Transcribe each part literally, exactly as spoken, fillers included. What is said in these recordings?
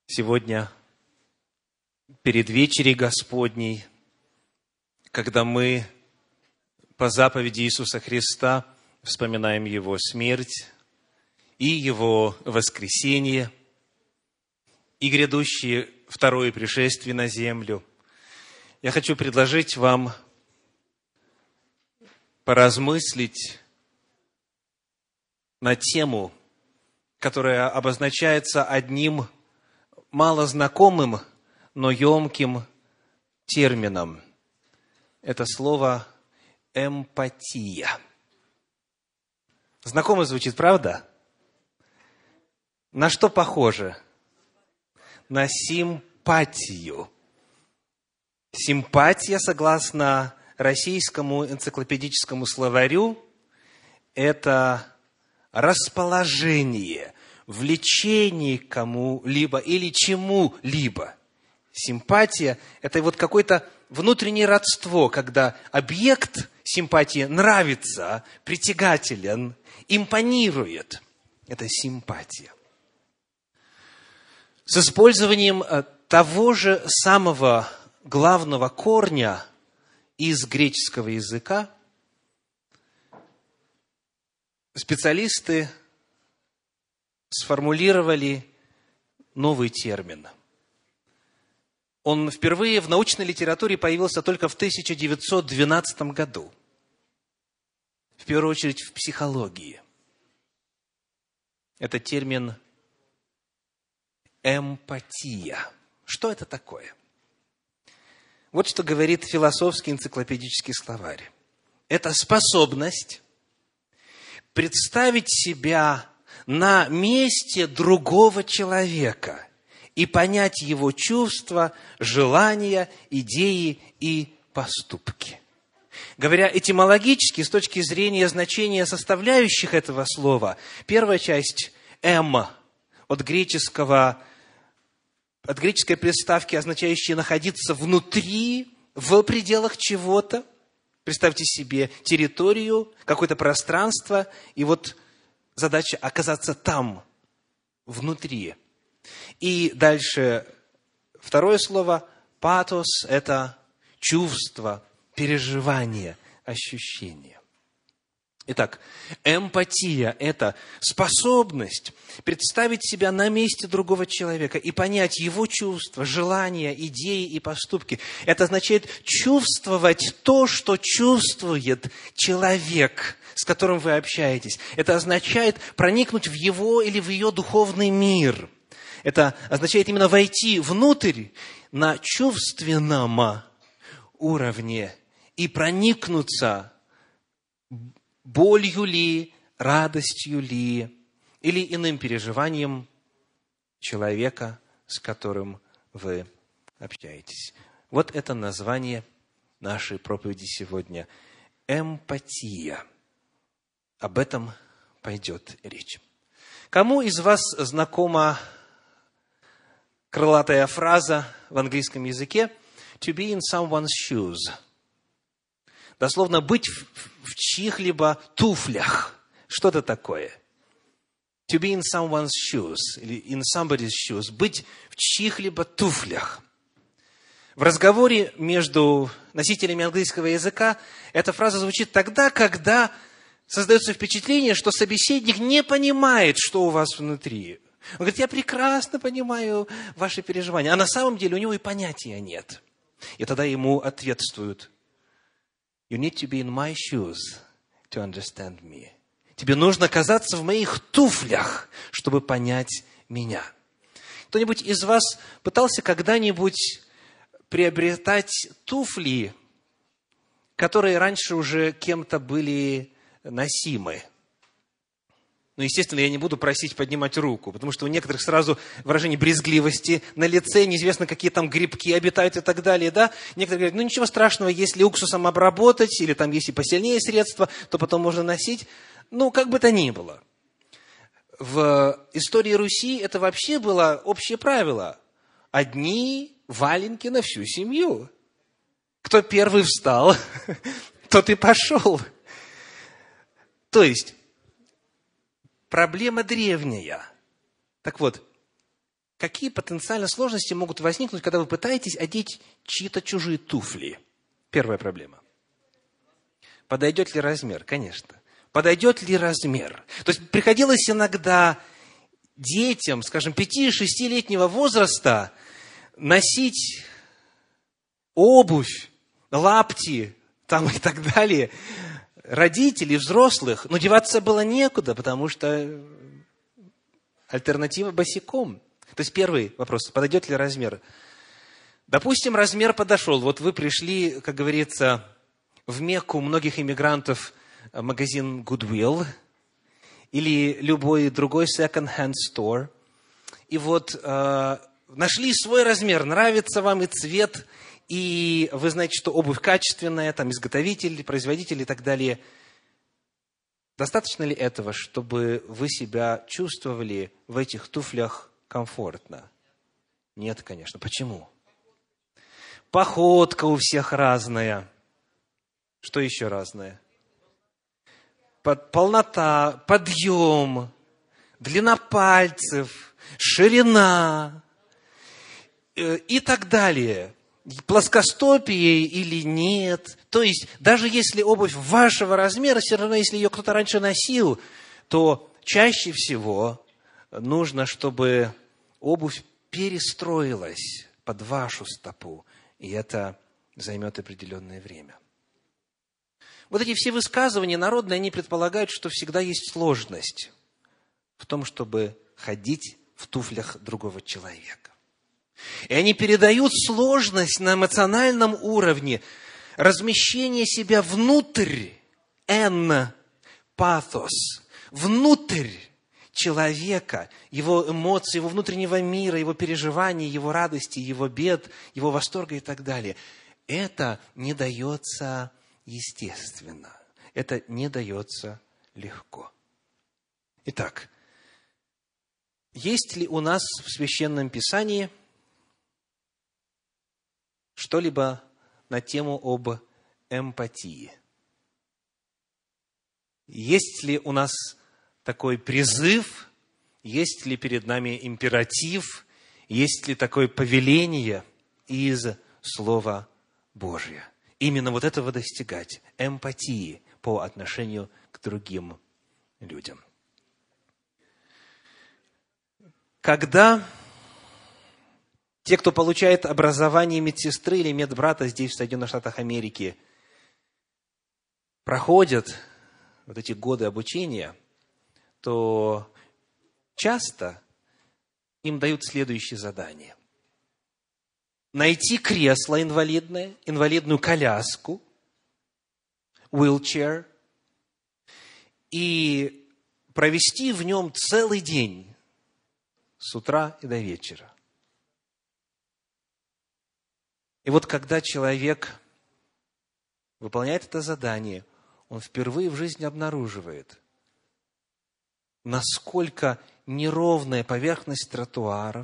Сегодня, перед вечерей Господней, когда мы по заповеди Иисуса Христа вспоминаем Его смерть и Его воскресение, и грядущее второе пришествие на землю, я хочу предложить вам поразмыслить на тему, которая обозначается одним малознакомым, но емким термином. Это слово «эмпатия». Знакомо звучит, правда? На что похоже? На симпатию. Симпатия, согласно российскому энциклопедическому словарю, это расположение, влечение к кому-либо или чему-либо. Симпатия – это вот какое-то внутреннее родство, когда объект симпатии нравится, притягателен, импонирует. Это симпатия. С использованием того же самого главного корня из греческого языка специалисты сформулировали новый термин. Он впервые в научной литературе появился только в тысяча девятьсот двенадцатом году. В первую очередь в психологии. Это термин эмпатия. Что это такое? Вот что говорит философский энциклопедический словарь. Это способность представить себя на месте другого человека и понять его чувства, желания, идеи и поступки. Говоря этимологически, с точки зрения значения составляющих этого слова, первая часть «эм» от греческого, от греческой приставки, означающей находиться внутри, в пределах чего-то. Представьте себе территорию, какое-то пространство, и вот задача оказаться там, внутри. И дальше второе слово «патос» – это чувство, переживание, ощущение. Итак, эмпатия – это способность представить себя на месте другого человека и понять его чувства, желания, идеи и поступки. Это означает чувствовать то, что чувствует человек, с которым вы общаетесь. Это означает проникнуть в его или в ее духовный мир. Это означает именно войти внутрь на чувственном уровне и проникнуться болью ли, радостью ли, или иным переживанием человека, с которым вы общаетесь. Вот это название нашей проповеди сегодня. Эмпатия. Об этом пойдет речь. Кому из вас знакома крылатая фраза в английском языке «to be in someone's shoes»? Дословно «быть в чьих-либо туфлях». Что это такое? To be in someone's shoes, или in somebody's shoes. Быть в чьих-либо туфлях. В разговоре между носителями английского языка эта фраза звучит тогда, когда создается впечатление, что собеседник не понимает, что у вас внутри. Он говорит: я прекрасно понимаю ваши переживания. А на самом деле у него и понятия нет. И тогда ему ответствуют: You need to be in my shoes to understand me. Тебе нужно оказаться в моих туфлях, чтобы понять меня. Кто-нибудь из вас пытался когда-нибудь приобретать туфли, которые раньше уже кем-то были носимы? Ну, естественно, я не буду просить поднимать руку, потому что у некоторых сразу выражение брезгливости на лице, неизвестно, какие там грибки обитают и так далее, да? Некоторые говорят: ну, ничего страшного, если уксусом обработать, или там, если посильнее средства, то потом можно носить. Ну, как бы то ни было. В истории Руси это вообще было общее правило. Одни валенки на всю семью. Кто первый встал, тот и пошел. То есть, проблема древняя. Так вот, какие потенциально сложности могут возникнуть, когда вы пытаетесь одеть чьи-то чужие туфли? Первая проблема. Подойдет ли размер? Конечно. Подойдет ли размер? То есть приходилось иногда детям, скажем, пяти-шестилетнего возраста носить обувь, лапти там и так далее, родителей, взрослых, но деваться было некуда, потому что альтернатива босиком. То есть первый вопрос, подойдет ли размер? Допустим, размер подошел. Вот вы пришли, как говорится, в Мекку многих иммигрантов, магазин Goodwill или любой другой second-hand store, и вот э, нашли свой размер, нравится вам и цвет, и вы знаете, что обувь качественная, там изготовитель, производитель и так далее. Достаточно ли этого, чтобы вы себя чувствовали в этих туфлях комфортно? Нет, конечно. Почему? Походка у всех разная. Что еще разное? Под, полнота, подъем, длина пальцев, ширина э, и так далее. Плоскостопие или нет. То есть, даже если обувь вашего размера, все равно, если ее кто-то раньше носил, то чаще всего нужно, чтобы обувь перестроилась под вашу стопу. И это займет определенное время. Вот эти все высказывания народные, они предполагают, что всегда есть сложность в том, чтобы ходить в туфлях другого человека. И они передают сложность на эмоциональном уровне, размещение себя внутрь, эн, пафос, внутрь человека, его эмоций, его внутреннего мира, его переживаний, его радости, его бед, его восторга и так далее. Это не дается естественно. Это не дается легко. Итак, есть ли у нас в Священном Писании что-либо на тему об эмпатии? Есть ли у нас такой призыв? Есть ли перед нами императив? Есть ли такое повеление из Слова Божия? Именно вот этого достигать, эмпатии по отношению к другим людям. Когда те, кто получает образование медсестры или медбрата здесь, в Соединенных Штатах Америки, проходят вот эти годы обучения, то часто им дают следующее задание. Найти кресло инвалидное, инвалидную коляску, wheelchair, и провести в нем целый день, с утра и до вечера. И вот когда человек выполняет это задание, он впервые в жизни обнаруживает, насколько неровная поверхность тротуаров,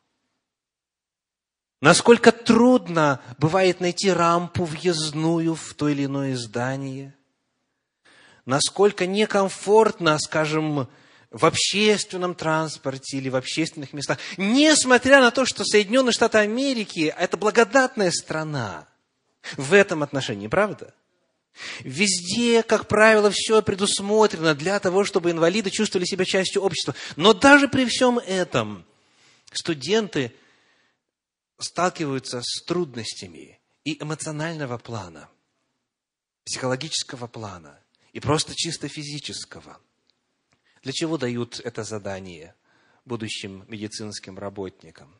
насколько трудно бывает найти рампу въездную в то или иное здание, насколько некомфортно, скажем, в общественном транспорте или в общественных местах, несмотря на то, что Соединенные Штаты Америки – это благодатная страна в этом отношении, правда? Везде, как правило, все предусмотрено для того, чтобы инвалиды чувствовали себя частью общества. Но даже при всем этом студенты сталкиваются с трудностями и эмоционального плана, психологического плана, и просто чисто физического. Для чего дают это задание будущим медицинским работникам?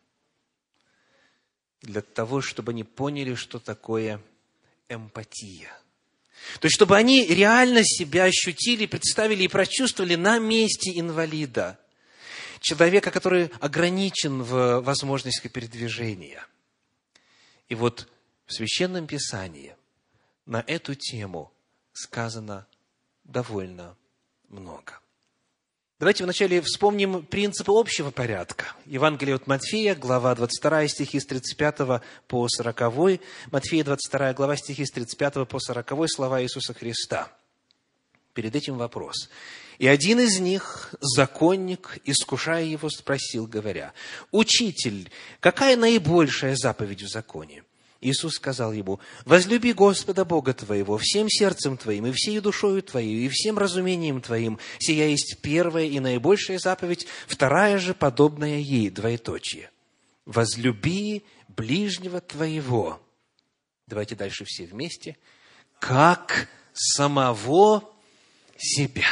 Для того, чтобы они поняли, что такое эмпатия. То есть, чтобы они реально себя ощутили, представили и прочувствовали на месте инвалида. Человека, который ограничен в возможности передвижения. И вот в Священном Писании на эту тему сказано довольно много. Давайте вначале вспомним принципы общего порядка. Евангелие от Матфея, глава двадцать вторая, стихи с тридцать пятого по сороковой. Матфея, двадцать вторая глава, стихи с тридцать пятого по сороковой, слова Иисуса Христа. Перед этим вопрос. И один из них, законник, искушая его, спросил, говоря: «Учитель, какая наибольшая заповедь в законе?» Иисус сказал ему: «Возлюби Господа Бога твоего всем сердцем твоим, и всей душою твоей, и всем разумением твоим. Сия есть первая и наибольшая заповедь, вторая же, подобная ей, двоеточие. Возлюби ближнего твоего». Давайте дальше все вместе. «Как самого себя».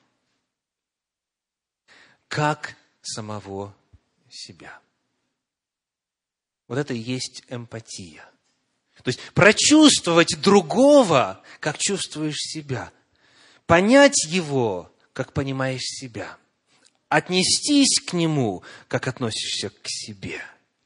Как самого себя. Вот это и есть эмпатия. То есть прочувствовать другого, как чувствуешь себя. Понять его, как понимаешь себя. Отнестись к нему, как относишься к себе.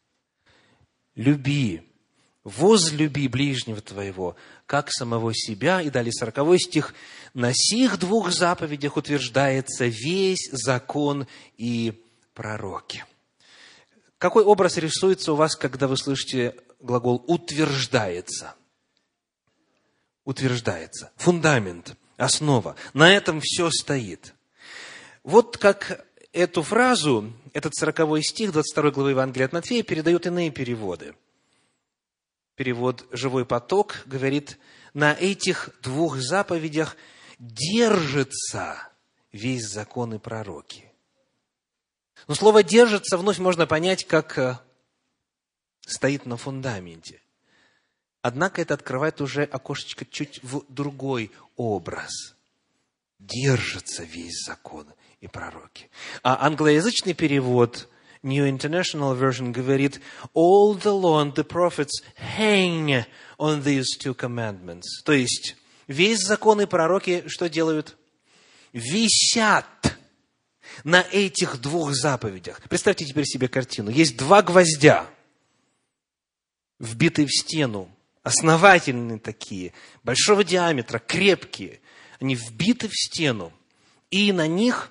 Люби, возлюби ближнего твоего, как самого себя. И далее сороковой стих. На сих двух заповедях утверждается весь закон и пророки. Какой образ рисуется у вас, когда вы слышите глагол «утверждается»? Утверждается. Фундамент, основа. На этом все стоит. Вот как эту фразу, этот сороковой стих двадцать второй главы Евангелия от Матфея передают иные переводы. Перевод «Живой поток» говорит: на этих двух заповедях держится весь закон и пророки. Но слово «держится» вновь можно понять, как стоит на фундаменте. Однако это открывает уже окошечко чуть в другой образ. Держится весь закон и пророки. А англоязычный перевод New International Version говорит: all the law and the prophets hang on these two commandments. То есть, весь закон и пророки что делают? Висят на этих двух заповедях. Представьте теперь себе картину. Есть два гвоздя, вбитые в стену, основательные такие, большого диаметра, крепкие. Они вбиты в стену, и на них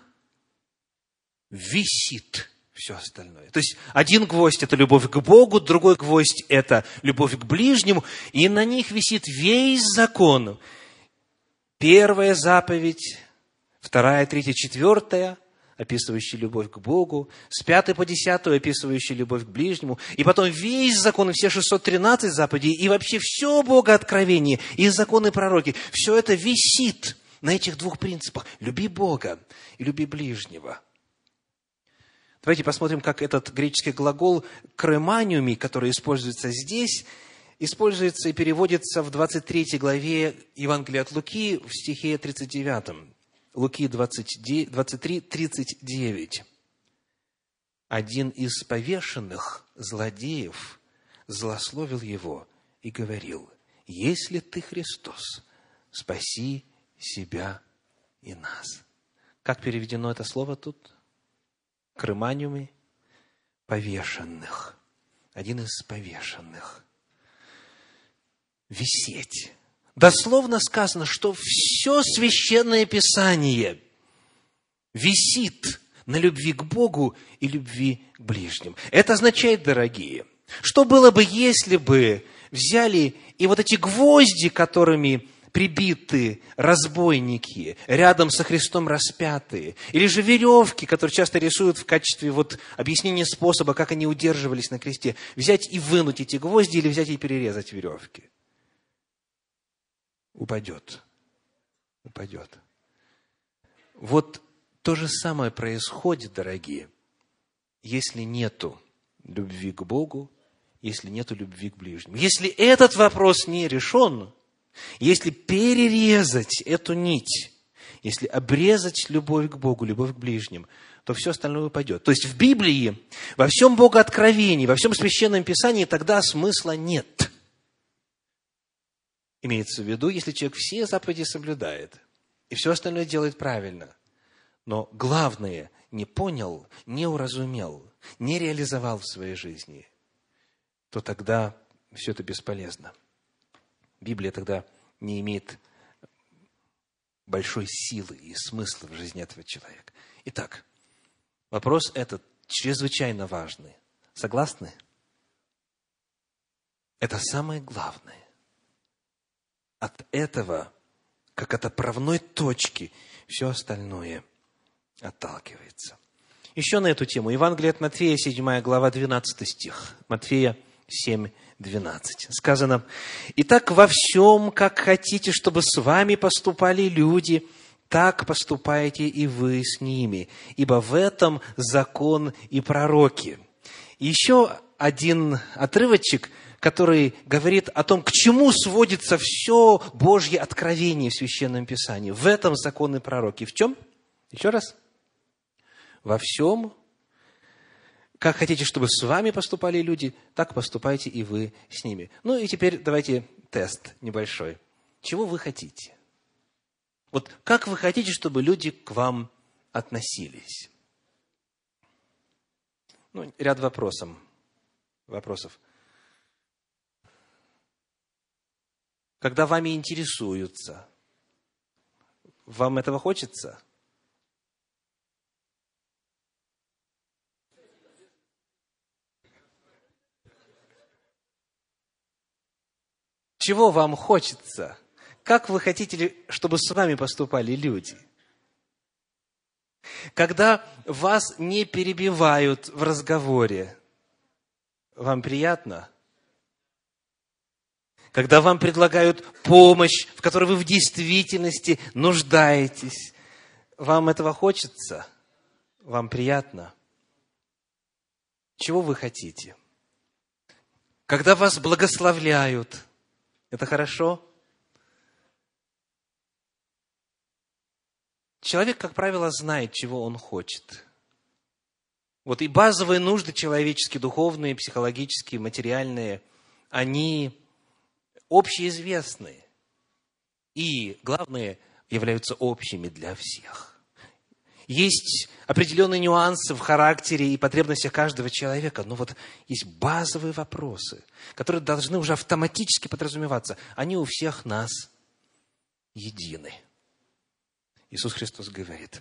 висит все остальное. То есть, один гвоздь – это любовь к Богу, другой гвоздь – это любовь к ближнему, и на них висит весь закон. Первая заповедь, вторая, третья, четвертая, описывающие любовь к Богу, с пятой по десятую, описывающие любовь к ближнему, и потом весь закон, и все шестьсот тринадцать заповедей, и вообще все Богооткровение, и законы пророки, все это висит на этих двух принципах. Люби Бога и люби ближнего. Давайте посмотрим, как этот греческий глагол «креманиуми», который используется здесь, используется и переводится в двадцать третьей главе Евангелия от Луки в стихе тридцать девятом. Луки двадцать три, тридцать девять. Один из повешенных злодеев злословил его и говорил: «Если ты Христос, спаси себя и нас». Как переведено это слово тут? Креманиуми, повешенных. Один из повешенных. Висеть. Дословно сказано, что все Священное Писание висит на любви к Богу и любви к ближним. Это означает, дорогие, что было бы, если бы взяли и вот эти гвозди, которыми прибиты разбойники, рядом со Христом распятые, или же веревки, которые часто рисуют в качестве вот объяснения способа, как они удерживались на кресте, взять и вынуть эти гвозди или взять и перерезать веревки. Упадет. Упадет. Вот то же самое происходит, дорогие, если нету любви к Богу, если нету любви к ближнему. Если этот вопрос не решен, если перерезать эту нить, если обрезать любовь к Богу, любовь к ближним, то все остальное упадет. То есть в Библии, во всем Богооткровении, во всем Священном Писании тогда смысла нет. Имеется в виду, если человек все заповеди соблюдает и все остальное делает правильно, но главное не понял, не уразумел, не реализовал в своей жизни, то тогда все это бесполезно. Библия тогда не имеет большой силы и смысла в жизни этого человека. Итак, вопрос этот чрезвычайно важный. Согласны? Это самое главное. От этого, как от отправной точки, все остальное отталкивается. Еще на эту тему. Евангелие от Матфея, седьмая глава, двенадцатый стих. Матфея семь, двенадцать. Сказано: «Итак, во всем, как хотите, чтобы с вами поступали люди, так поступайте и вы с ними, ибо в этом закон и пророки». Еще один отрывочек, который говорит о том, к чему сводится все Божье откровение в Священном Писании. В этом закон и пророки. В чем? Еще раз. Во всем, как хотите, чтобы с вами поступали люди, так поступайте и вы с ними. Ну и теперь давайте тест небольшой. Чего вы хотите? Вот как вы хотите, чтобы люди к вам относились? Ну, ряд вопросов. вопросов. Когда вами интересуются, вам этого хочется? Чего вам хочется? Как вы хотите, чтобы с вами поступали люди? Когда вас не перебивают в разговоре, вам приятно? Когда вам предлагают помощь, в которой вы в действительности нуждаетесь, вам этого хочется? Вам приятно? Чего вы хотите? Когда вас благословляют, это хорошо? Человек, как правило, знает, чего он хочет. Вот и базовые нужды человеческие, духовные, психологические, материальные, они общеизвестны. И, главное, являются общими для всех. Есть определенные нюансы в характере и потребностях каждого человека, но вот есть базовые вопросы, которые должны уже автоматически подразумеваться. Они у всех нас едины. Иисус Христос говорит: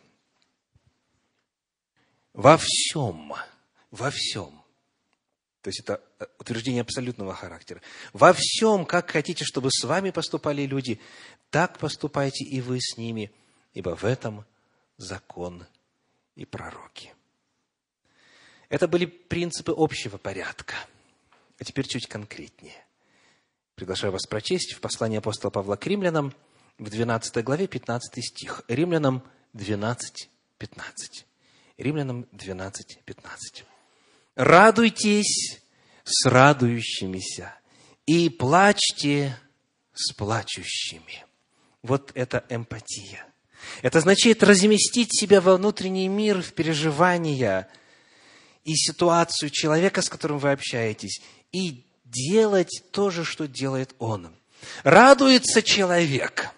во всем, во всем, то есть это утверждение абсолютного характера, во всем, как хотите, чтобы с вами поступали люди, так поступайте и вы с ними, ибо в этом закон и пророки. Это были принципы общего порядка. А теперь чуть конкретнее. Приглашаю вас прочесть в послании апостола Павла к римлянам, в двенадцатой главе, пятнадцатый стих. Римлянам двенадцать, пятнадцать. Римлянам двенадцать, пятнадцать. «Радуйтесь с радующимися и плачьте с плачущими». Вот это эмпатия. Это значит разместить себя во внутренний мир, в переживания и ситуацию человека, с которым вы общаетесь, и делать то же, что делает он. Радуется человек.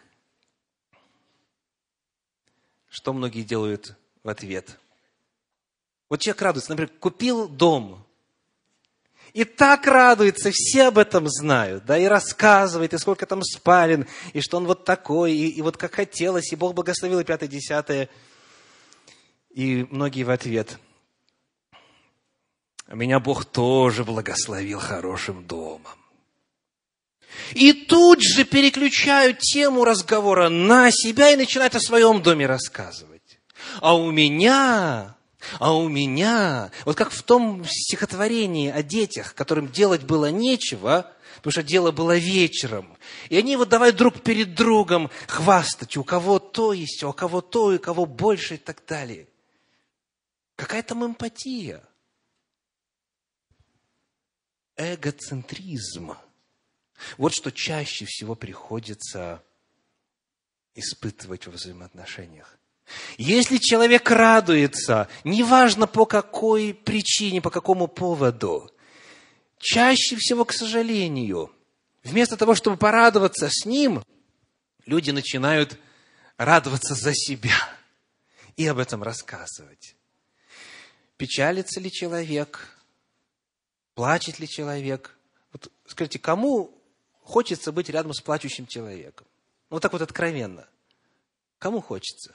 Что многие делают в ответ? Вот человек радуется, например, купил дом. И так радуется, все об этом знают, да, и рассказывает, и сколько там спален, и что он вот такой, и, и вот как хотелось, и Бог благословил, и пятое, десятое. И многие в ответ: меня Бог тоже благословил хорошим домом. И тут же переключают тему разговора на себя и начинают о своем доме рассказывать. А у меня... А у меня, вот как в том стихотворении о детях, которым делать было нечего, потому что дело было вечером. И они вот давай друг перед другом хвастать, у кого то есть, а у кого то, и у кого больше, и так далее. Какая там эмпатия? Эгоцентризм. Вот что чаще всего приходится испытывать во взаимоотношениях. Если человек радуется, неважно по какой причине, по какому поводу, чаще всего, к сожалению, вместо того, чтобы порадоваться с ним, люди начинают радоваться за себя и об этом рассказывать. Печалится ли человек? Плачет ли человек? Вот скажите, кому хочется быть рядом с плачущим человеком? Ну, вот так вот откровенно. Кому хочется?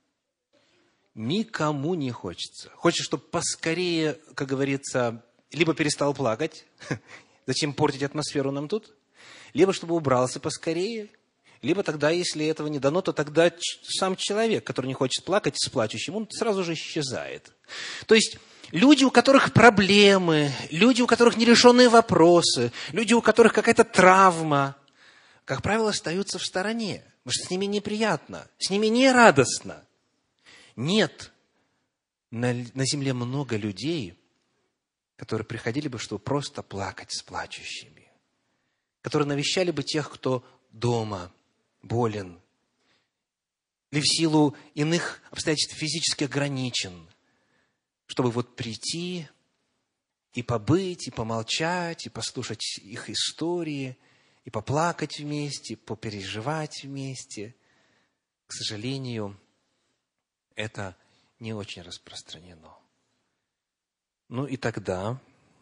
Никому не хочется. Хочется, чтобы поскорее, как говорится, либо перестал плакать, зачем портить атмосферу нам тут, либо чтобы убрался поскорее, Либо тогда, если этого не дано, то тогда сам человек, который не хочет плакать с плачущим, он сразу же исчезает. То есть люди, у которых проблемы, люди, у которых нерешенные вопросы, люди, у которых какая-то травма, как правило, остаются в стороне, потому что с ними неприятно, с ними не радостно. Нет на, на земле много людей, которые приходили бы, чтобы просто плакать с плачущими, которые навещали бы тех, кто дома болен, или в силу иных обстоятельств физически ограничен, чтобы вот прийти и побыть, и помолчать, и послушать их истории, и поплакать вместе, попереживать вместе. К сожалению, это не очень распространено. Ну и тогда,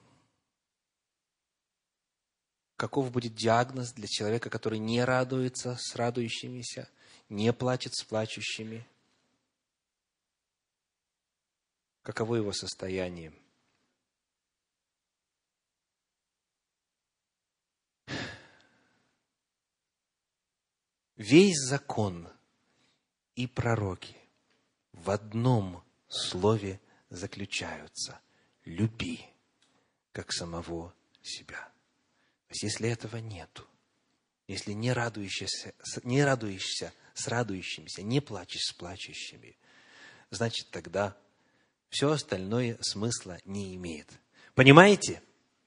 каков будет диагноз для человека, который не радуется с радующимися, не плачет с плачущими? Каково его состояние? Весь закон и пророки в одном слове заключаются: люби, как самого себя. То есть, если этого нету, если не радуешься, не радуешься с радующимися, не плачешь с плачущими, значит, тогда все остальное смысла не имеет. Понимаете?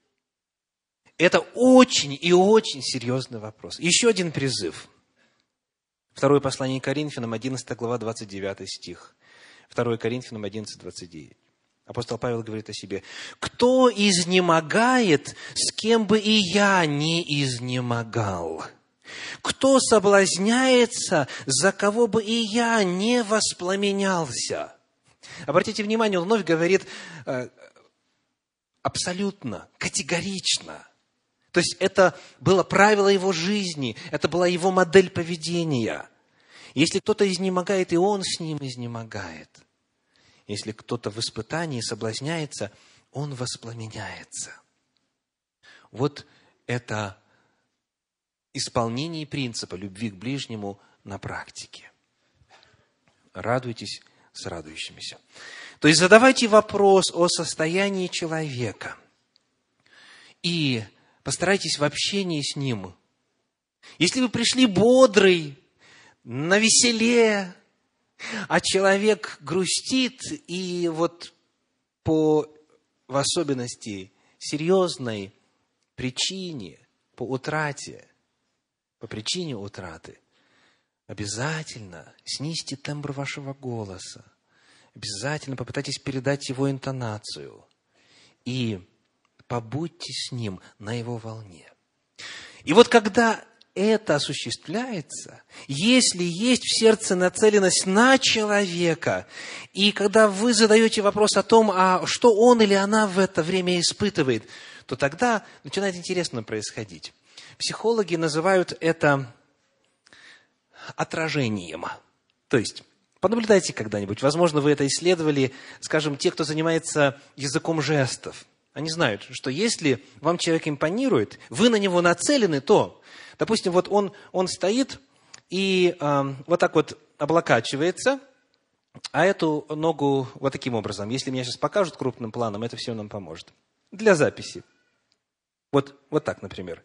Это очень и очень серьезный вопрос. Еще один призыв. Второе послание Коринфянам, одиннадцатая глава, двадцать девятый стих. Второе Коринфянам одиннадцать, двадцать девять. Апостол Павел говорит о себе: «Кто изнемогает, с кем бы и я не изнемогал? Кто соблазняется, за кого бы и я не воспламенялся?» Обратите внимание, он вновь говорит э, абсолютно, категорично. То есть это было правило его жизни, это была его модель поведения. Если кто-то изнемогает, и он с ним изнемогает. Если кто-то в испытании соблазняется, он воспламеняется. Вот это исполнение принципа любви к ближнему на практике. Радуйтесь с радующимися. То есть задавайте вопрос о состоянии человека и постарайтесь в общении с ним. Если вы пришли бодрый, навеселе, а человек грустит, и вот по, в особенности, серьезной причине, по утрате, по причине утраты, обязательно снизьте тембр вашего голоса, обязательно попытайтесь передать его интонацию и побудьте с ним на его волне. И вот когда это осуществляется, если есть в сердце нацеленность на человека, и когда вы задаете вопрос о том, а что он или она в это время испытывает, то тогда начинает интересно происходить. Психологи называют это отражением. То есть, понаблюдайте когда-нибудь, возможно, вы это исследовали, скажем, те, кто занимается языком жестов. Они знают, что если вам человек импонирует, вы на него нацелены, то, допустим, вот он, он стоит и э, вот так вот облокачивается, а эту ногу вот таким образом. Если меня сейчас покажут крупным планом, это все нам поможет. Для записи. Вот, вот так, например.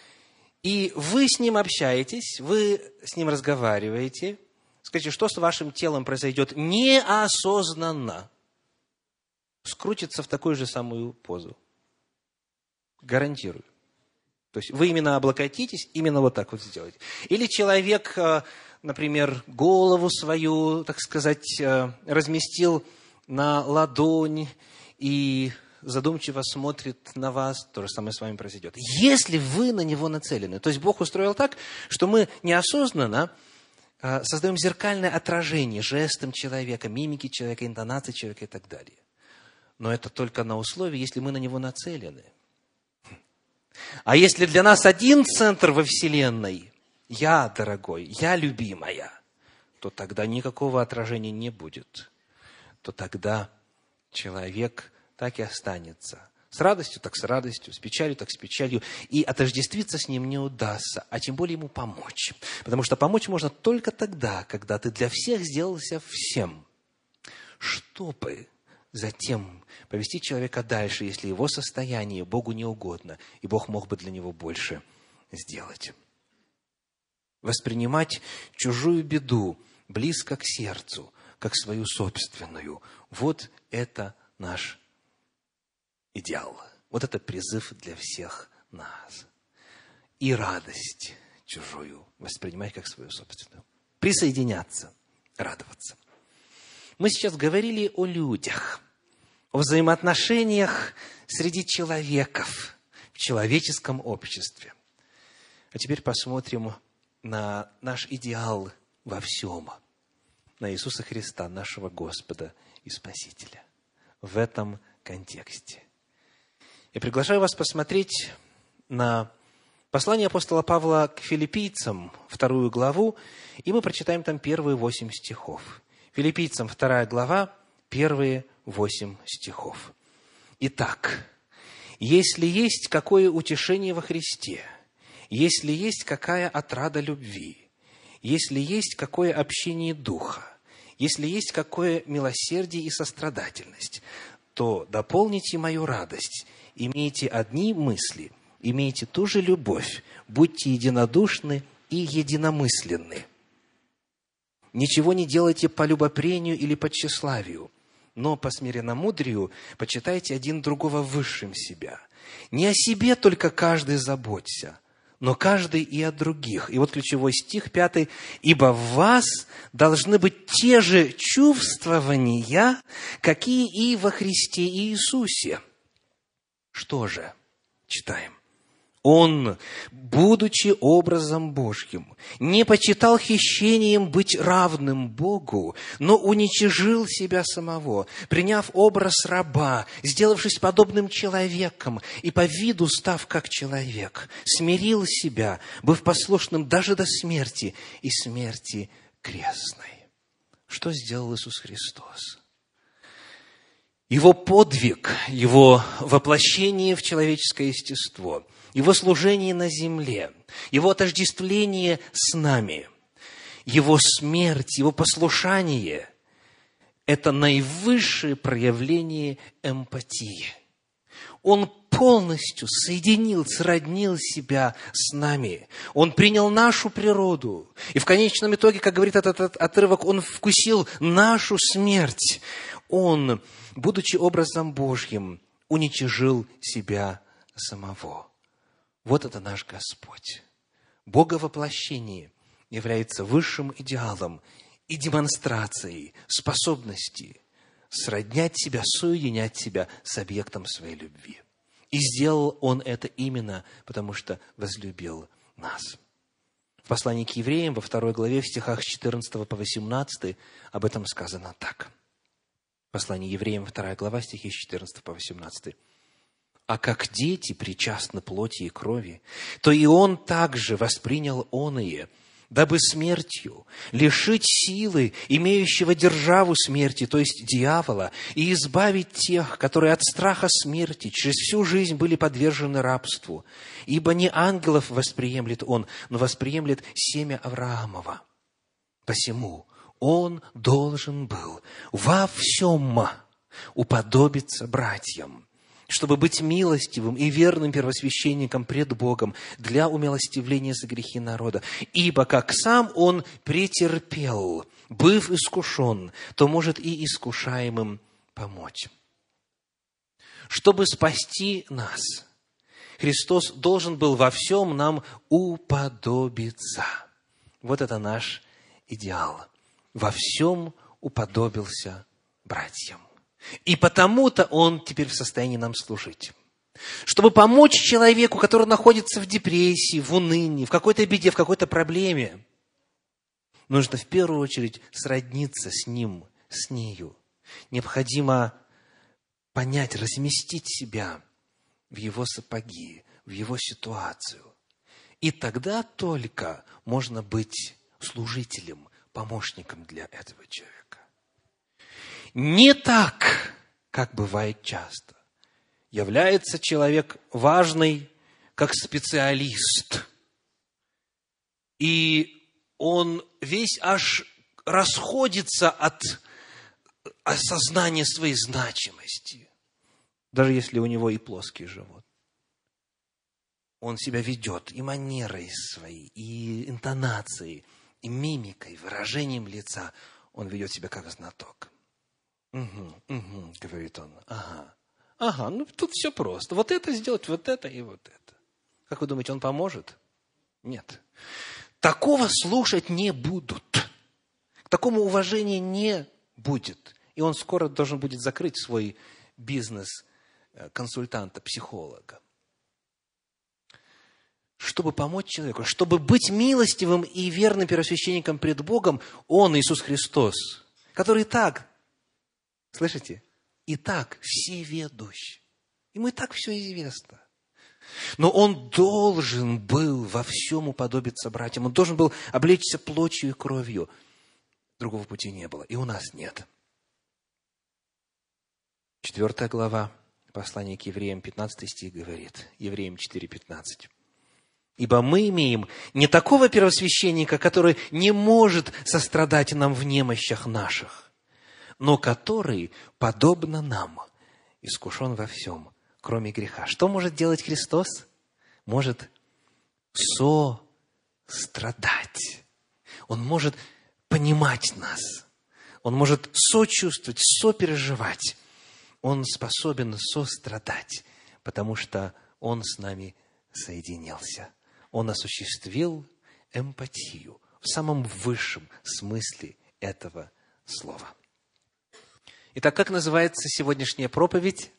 И вы с ним общаетесь, вы с ним разговариваете. Скажите, что с вашим телом произойдет неосознанно? Скрутится в такую же самую позу. Гарантирую. То есть вы именно облокотитесь, именно вот так вот сделаете. Или человек, например, голову свою, так сказать, разместил на ладонь и задумчиво смотрит на вас, то же самое с вами произойдет. Если вы на него нацелены, то есть Бог устроил так, что мы неосознанно создаем зеркальное отражение жестом человека, мимики человека, интонации человека и так далее. Но это только на условии, если мы на него нацелены. А если для нас один центр во Вселенной, я, дорогой, я, любимая, то тогда никакого отражения не будет. То тогда человек так и останется с С радостью, так с радостью, с печалью, так с печалью. И отождествиться с ним не удастся, а тем более ему помочь. Потому что помочь можно только тогда, когда ты для всех сделался всем, чтобы затем повести человека дальше, если его состояние Богу не угодно, и Бог мог бы для него больше сделать. Воспринимать чужую беду близко к сердцу, как свою собственную. Вот это наш идеал. Вот это призыв для всех нас. И радость чужую воспринимать как свою собственную. Присоединяться, радоваться. Мы сейчас говорили о людях, о взаимоотношениях среди человеков в человеческом обществе. А теперь посмотрим на наш идеал во всем, на Иисуса Христа, нашего Господа и Спасителя. В этом контексте. Я приглашаю вас посмотреть на послание апостола Павла к филиппийцам, вторую главу, и мы прочитаем там первые восемь стихов. Филиппийцам, вторая глава, первые восемь стихов. Итак, если есть какое утешение во Христе, если есть какая отрада любви, если есть какое общение духа, если есть какое милосердие и сострадательность, то дополните мою радость, имейте одни мысли, имейте ту же любовь, будьте единодушны и единомысленны. Ничего не делайте по любопрению или по тщеславию, но по смиренномудрию почитайте один другого высшим себя. Не о себе только каждый заботься, но каждый и о других. И вот ключевой стих, пятый. «Ибо в вас должны быть те же чувствования, какие и во Христе Иисусе». Что же? Читаем. «Он, будучи образом Божьим, не почитал хищением быть равным Богу, но уничижил себя самого, приняв образ раба, сделавшись подобным человеком и по виду став как человек, смирил себя, быв послушным даже до смерти и смерти крестной». Что сделал Иисус Христос? Его подвиг, Его воплощение в человеческое естество, Его служение на земле, Его отождествление с нами, Его смерть, Его послушание – это наивысшее проявление эмпатии. Он полностью соединил, сроднил себя с нами. Он принял нашу природу. И в конечном итоге, как говорит этот отрывок, Он вкусил нашу смерть. Он, будучи образом Божьим, уничижил себя самого. Вот это наш Господь. Боговоплощение является высшим идеалом и демонстрацией способности сроднять себя, соединять себя с объектом своей любви. И сделал Он это именно потому, что возлюбил нас. В послании к евреям во второй главе, в стихах с четырнадцатого по восемнадцатый, об этом сказано так. Послание евреям, вторая глава, стихи с четырнадцатого по восемнадцатый. «А как дети причастны плоти и крови, то и Он также воспринял оные, дабы смертью лишить силы имеющего державу смерти, то есть дьявола, и избавить тех, которые от страха смерти через всю жизнь были подвержены рабству. Ибо не ангелов восприемлет Он, но восприемлет семя Авраамова. Посему Он должен был во всем уподобиться братьям, чтобы быть милостивым и верным первосвященником пред Богом для умилостивления за грехи народа. Ибо как сам Он претерпел, быв искушен, то может и искушаемым помочь». Чтобы спасти нас, Христос должен был во всем нам уподобиться. Вот это наш идеал. Во всем уподобился братьям. И потому-то Он теперь в состоянии нам служить. Чтобы помочь человеку, который находится в депрессии, в унынии, в какой-то беде, в какой-то проблеме, нужно в первую очередь сродниться с ним, с нею. Необходимо понять, разместить себя в его сапоги, в его ситуацию. И тогда только можно быть служителем, помощником для этого человека. Не так, как бывает часто. является человек важный как специалист. И он весь аж расходится от осознания своей значимости, даже если у него и плоский живот. Он себя ведет и манерой своей, и интонацией, и мимикой, выражением лица. Он ведет себя как знаток. Угу, угу, говорит он. Ага, ага, ну тут все просто. Вот это сделать, вот это и вот это. Как вы думаете, он поможет? Нет. Такого слушать не будут. К такому уважения не будет. И он скоро должен будет закрыть свой бизнес консультанта, психолога. Чтобы помочь человеку, чтобы быть милостивым и верным первосвященником пред Богом, Он, Иисус Христос, который и так, слышите, и так всеведущ. Ему и так все известно. Но Он должен был во всем уподобиться братьям. Он должен был облечься плотью и кровью. Другого пути не было. И у нас нет. Четвертая глава послания к Евреям, пятнадцатый стих говорит. Евреям четыре пятнадцать. Ибо мы имеем не такого первосвященника, который не может сострадать нам в немощах наших, но который, подобно нам, искушен во всем, кроме греха. Что может делать Христос? Может сострадать. Он может понимать нас. Он может сочувствовать, сопереживать. Он способен сострадать, потому что Он с нами соединился. Он осуществил эмпатию в самом высшем смысле этого слова. Итак, как называется сегодняшняя проповедь?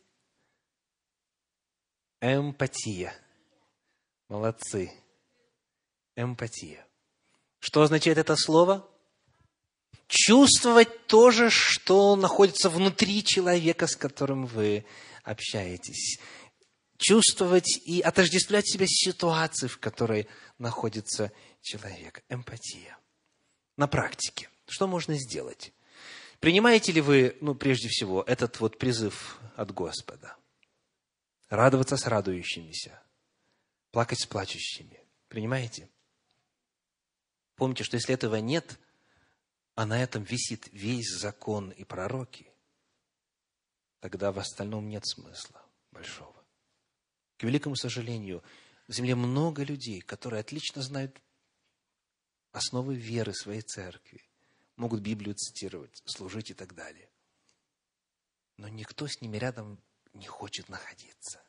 Эмпатия. Молодцы. Эмпатия. Что означает это слово? Чувствовать то же, что находится внутри человека, с которым вы общаетесь. Чувствовать и отождествлять себя с ситуацией, в которой находится человек. Эмпатия. На практике. Что можно сделать? Принимаете ли вы, ну, прежде всего, этот вот призыв от Господа? Радоваться с радующимися, плакать с плачущими. Принимаете? Помните, что если этого нет, а на этом висит весь закон и пророки, тогда в остальном нет смысла большого. К великому сожалению, в земле много людей, которые отлично знают основы веры своей церкви, могут Библию цитировать, служить и так далее. Но никто с ними рядом не хочет находиться.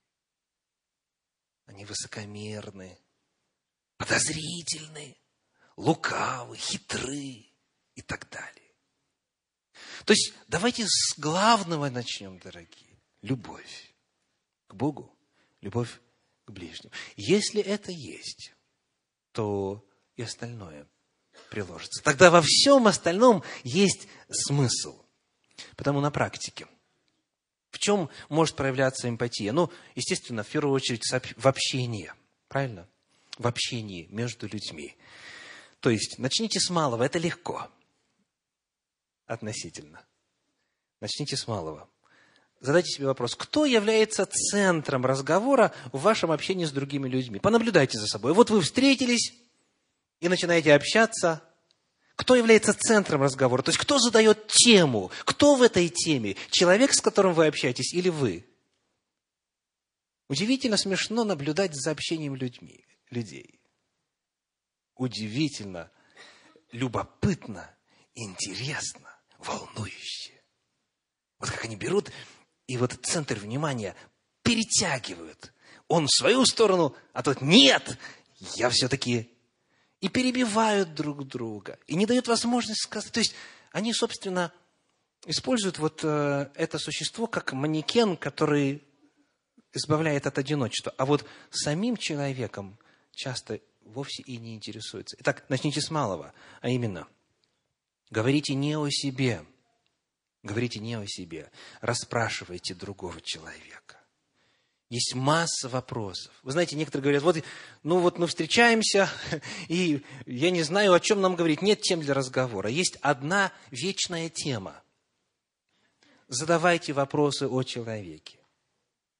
Они высокомерны, подозрительны, лукавы, хитры и так далее. То есть давайте с главного начнем, дорогие. Любовь к Богу, любовь к ближним. Если это есть, то и остальное приложится. Тогда во всем остальном есть смысл. Потому на практике. В чем может проявляться эмпатия? Ну, естественно, в первую очередь в общении. Правильно? В общении между людьми. То есть, начните с малого, это легко. Относительно. Начните с малого. Задайте себе вопрос, кто является центром разговора в вашем общении с другими людьми? Понаблюдайте за собой. Вот вы встретились и начинаете общаться. Кто является центром разговора? То есть, кто задает тему? Кто в этой теме? Человек, с которым вы общаетесь, или вы? Удивительно смешно наблюдать за общением людьми, людей. Удивительно, любопытно, интересно, волнующе. Вот как они берут и вот центр внимания перетягивают. Он в свою сторону, а тот нет, я все-таки... И перебивают друг друга, и не дают возможность сказать. То есть, они, собственно, используют вот э, это существо как манекен, который избавляет от одиночества. А вот самим человеком часто вовсе и не интересуется. Итак, начните с малого, а именно, говорите не о себе, говорите не о себе, расспрашивайте другого человека. Есть масса вопросов. Вы знаете, некоторые говорят, вот, ну вот мы встречаемся, и я не знаю, о чем нам говорить. Нет тем для разговора. Есть одна вечная тема. Задавайте вопросы о человеке.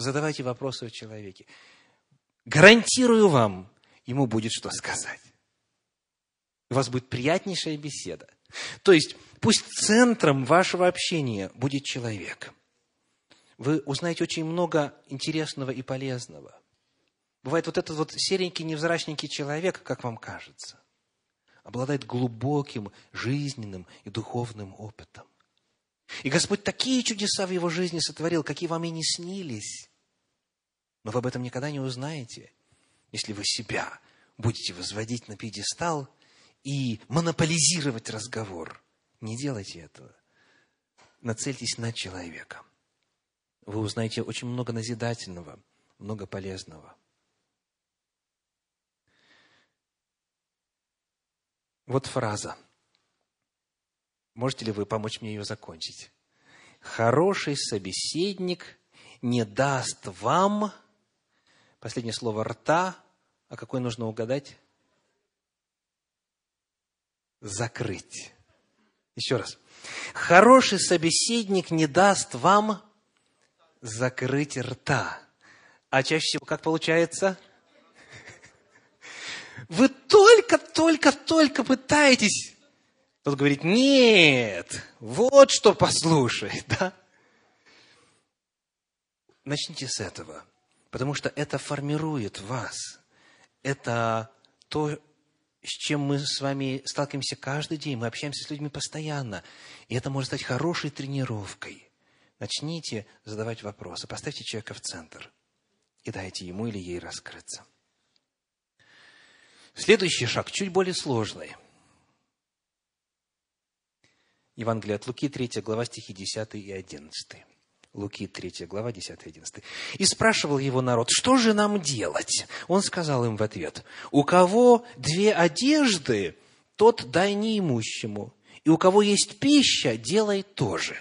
задавайте вопросы о человеке. Гарантирую вам, ему будет что сказать. У вас будет приятнейшая беседа. То есть, пусть центром вашего общения будет человек. Вы узнаете очень много интересного и полезного. Бывает, вот этот вот серенький, невзрачненький человек, как вам кажется, обладает глубоким жизненным и духовным опытом. И Господь такие чудеса в его жизни сотворил, какие вам и не снились. Но вы об этом никогда не узнаете, если вы себя будете возводить на пьедестал и монополизировать разговор. Не делайте этого. Нацельтесь на человека. Вы узнаете очень много назидательного, много полезного. Вот фраза. Можете ли вы помочь мне ее закончить? Хороший собеседник не даст вам, последнее слово рта, а какое нужно угадать? Закрыть. Еще раз. Хороший собеседник не даст вам закрыть рта. А чаще всего как получается? Вы только-только-только пытаетесь. Тот говорит, нет, вот что послушай. Да? Начните с этого, потому что это формирует вас. Это то, с чем мы с вами сталкиваемся каждый день. Мы общаемся с людьми постоянно. И это может стать хорошей тренировкой. Начните задавать вопросы. Поставьте человека в центр. И дайте ему или ей раскрыться. Следующий шаг чуть более сложный. Евангелие от Луки, третья глава, стихи десятый и одиннадцатый. Луки, третья глава, десятый и одиннадцатый. «И спрашивал его народ, что же нам делать?» Он сказал им в ответ, «У кого две одежды, тот дай неимущему, и у кого есть пища, делай то же».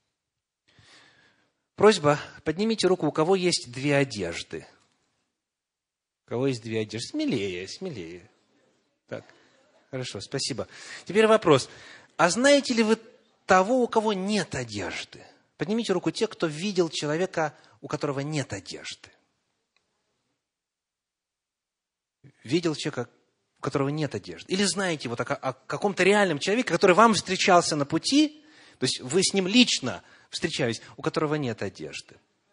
Просьба, поднимите руку, у кого есть две одежды. У кого есть две одежды? Смелее, смелее. Так, хорошо, спасибо. Теперь вопрос. А знаете ли вы того, у кого нет одежды? Поднимите руку те, кто видел человека, у которого нет одежды. Видел человека, у которого нет одежды. Или знаете вот о, о каком-то реальном человеке, который вам встречался на пути, то есть вы с ним лично встречались, у которого нет одежды.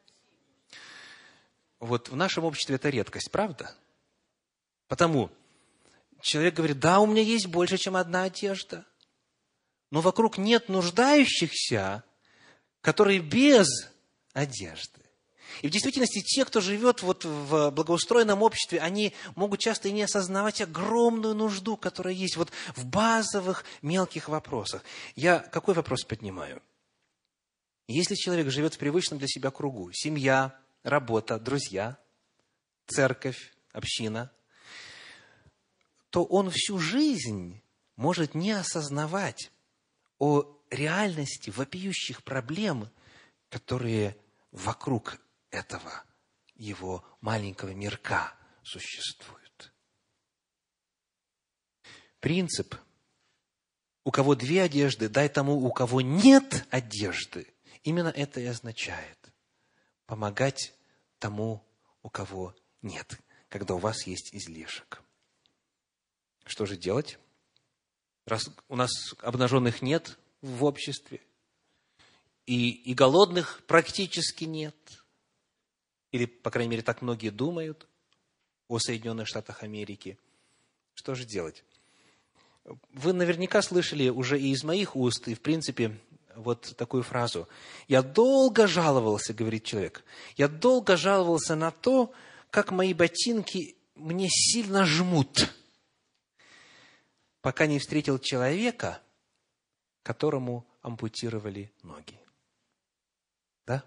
Вот в нашем обществе это редкость, правда? Потому человек говорит, да, у меня есть больше, чем одна одежда, но вокруг нет нуждающихся, которые без одежды. И в действительности те, кто живет вот в благоустроенном обществе, они могут часто и не осознавать огромную нужду, которая есть вот в базовых мелких вопросах. Я какой вопрос поднимаю? Если человек живет в привычном для себя кругу, семья, работа, друзья, церковь, община, то он всю жизнь может не осознавать о реальности вопиющих проблем, которые вокруг этого его маленького мирка существуют. Принцип «у кого две одежды, дай тому, у кого нет одежды» именно это и означает. Помогать тому, у кого нет, когда у вас есть излишек. Что же делать? Раз у нас обнаженных нет в обществе, и, и голодных практически нет, или, по крайней мере, так многие думают о Соединенных Штатах Америки, что же делать? Вы наверняка слышали уже и из моих уст, и, в принципе, вот такую фразу. «Я долго жаловался, — говорит человек, — я долго жаловался на то, как мои ботинки мне сильно жмут, пока не встретил человека, которому ампутировали ноги». Да?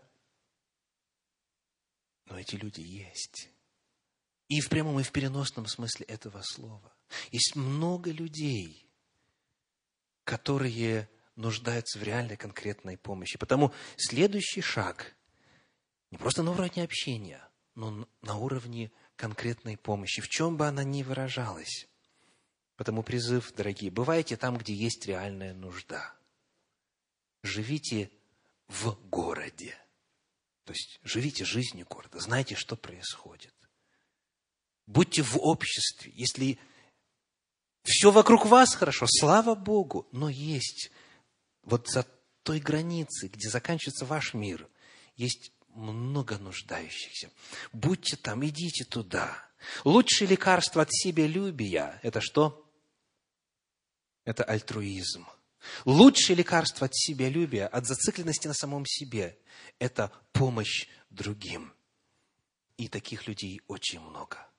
Но эти люди есть. И в прямом, и в переносном смысле этого слова. Есть много людей, которые нуждаются в реальной конкретной помощи. Потому следующий шаг не просто на уровне общения, но на уровне конкретной помощи, в чем бы она ни выражалась. Потому призыв, дорогие, бывайте там, где есть реальная нужда. Живите в городе. То есть живите жизнью города, знайте, что происходит. Будьте в обществе. Если все вокруг вас хорошо, слава Богу, но есть вот за той границей, где заканчивается ваш мир, есть много нуждающихся. Будьте там, идите туда. Лучшее лекарство от себялюбия – это что? Это альтруизм. Лучшее лекарство от себялюбия, от зацикленности на самом себе – это помощь другим. И таких людей очень много.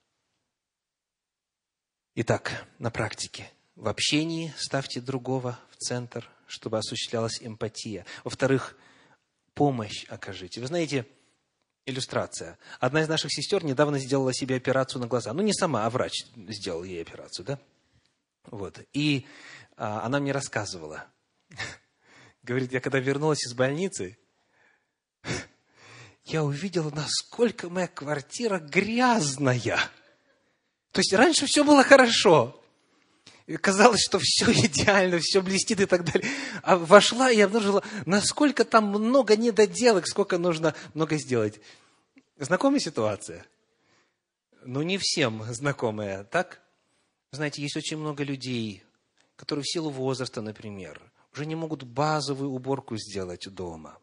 Итак, на практике. В общении ставьте другого в центр, чтобы осуществлялась эмпатия. Во-вторых, помощь окажите. Вы знаете, иллюстрация. Одна из наших сестер недавно сделала себе операцию на глаза. Ну, не сама, а врач сделал ей операцию, да? Вот. И а, она мне рассказывала. Говорит, я когда вернулась из больницы, я увидела, насколько моя квартира грязная. То есть раньше все было хорошо. И казалось, что все идеально, все блестит и так далее. А вошла и обнаружила, насколько там много недоделок, сколько нужно много сделать. Знакомая ситуация? Ну, не всем знакомая, так? Знаете, есть очень много людей, которые в силу возраста, например, уже не могут базовую уборку сделать дома.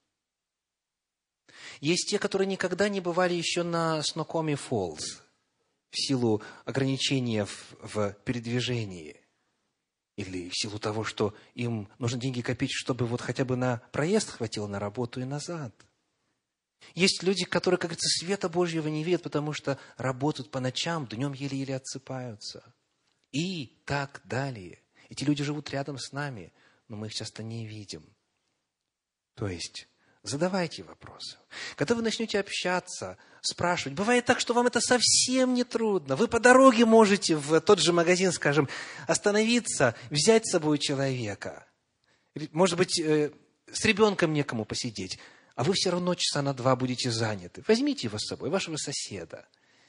Есть те, которые никогда не бывали еще на Снокоми Фоллс в силу ограничения в, в передвижении. Или в силу того, что им нужно деньги копить, чтобы вот хотя бы на проезд хватило на работу и назад. Есть люди, которые, как говорится, света Божьего не видят, потому что работают по ночам, днем еле-еле отсыпаются. И так далее. Эти люди живут рядом с нами, но мы их часто не видим. То есть, задавайте вопросы. Когда вы начнете общаться, спрашивать, бывает так, что вам это совсем не трудно. Вы по дороге можете в тот же магазин, скажем, остановиться, взять с собой человека. Может быть, с ребенком некому посидеть, а вы все равно часа на два будете заняты. Возьмите его с собой, вашего соседа.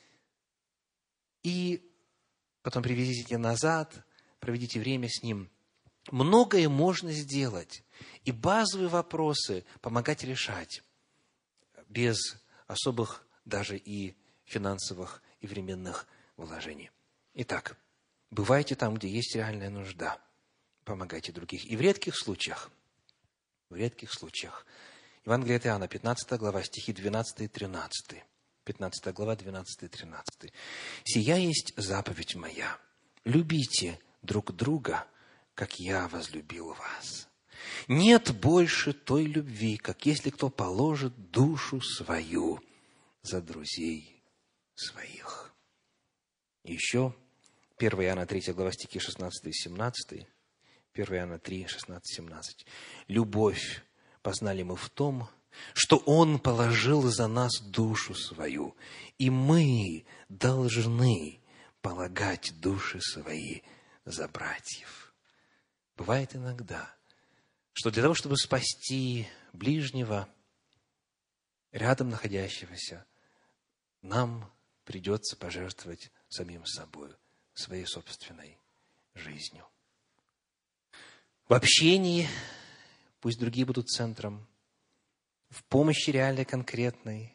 И потом привезите назад, проведите время с ним. Многое можно сделать. И базовые вопросы помогать решать. Без особых даже и финансовых и временных вложений. Итак, бывайте там, где есть реальная нужда. Помогайте других. И в редких случаях, в редких случаях, Евангелие от Иоанна, пятнадцатая глава, стихи двенадцатый и тринадцатый. пятнадцатая глава, двенадцатый и тринадцатый. «Сия есть заповедь моя. Любите друг друга, как я возлюбил вас. Нет больше той любви, как если кто положит душу свою за друзей своих». И еще первое Иоанна третья глава, стихи шестнадцатый и семнадцатый. первое Иоанна три, шестнадцать, семнадцать. «Любовь познали мы в том, что Он положил за нас душу свою, и мы должны полагать души свои за братьев». Бывает иногда, что для того, чтобы спасти ближнего, рядом находящегося, нам придется пожертвовать самим собой, своей собственной жизнью. В общении пусть другие будут центром, в помощи реальной, конкретной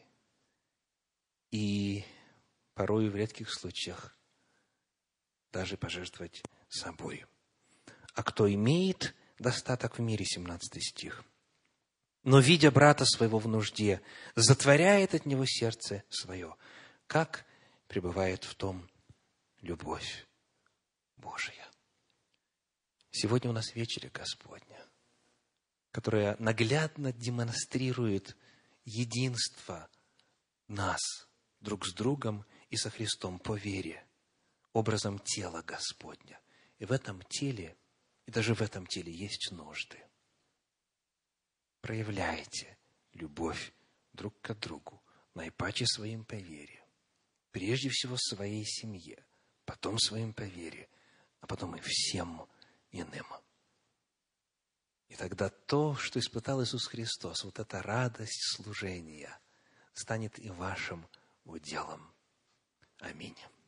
и порой в редких случаях даже пожертвовать собой. А кто имеет достаток в мире, семнадцатый стих, но, видя брата своего в нужде, затворяет от него сердце свое, как пребывает в том любовь Божия. Сегодня у нас вечеря Господня, которая наглядно демонстрирует единство нас друг с другом и со Христом по вере, образом тела Господня. И в этом теле, и даже в этом теле есть нужды. Проявляйте любовь друг к другу, наипаче своим по вере. Прежде всего своей семье, потом своим по вере, а потом и всем иным. И тогда то, что испытал Иисус Христос, вот эта радость служения, станет и вашим уделом. Аминь.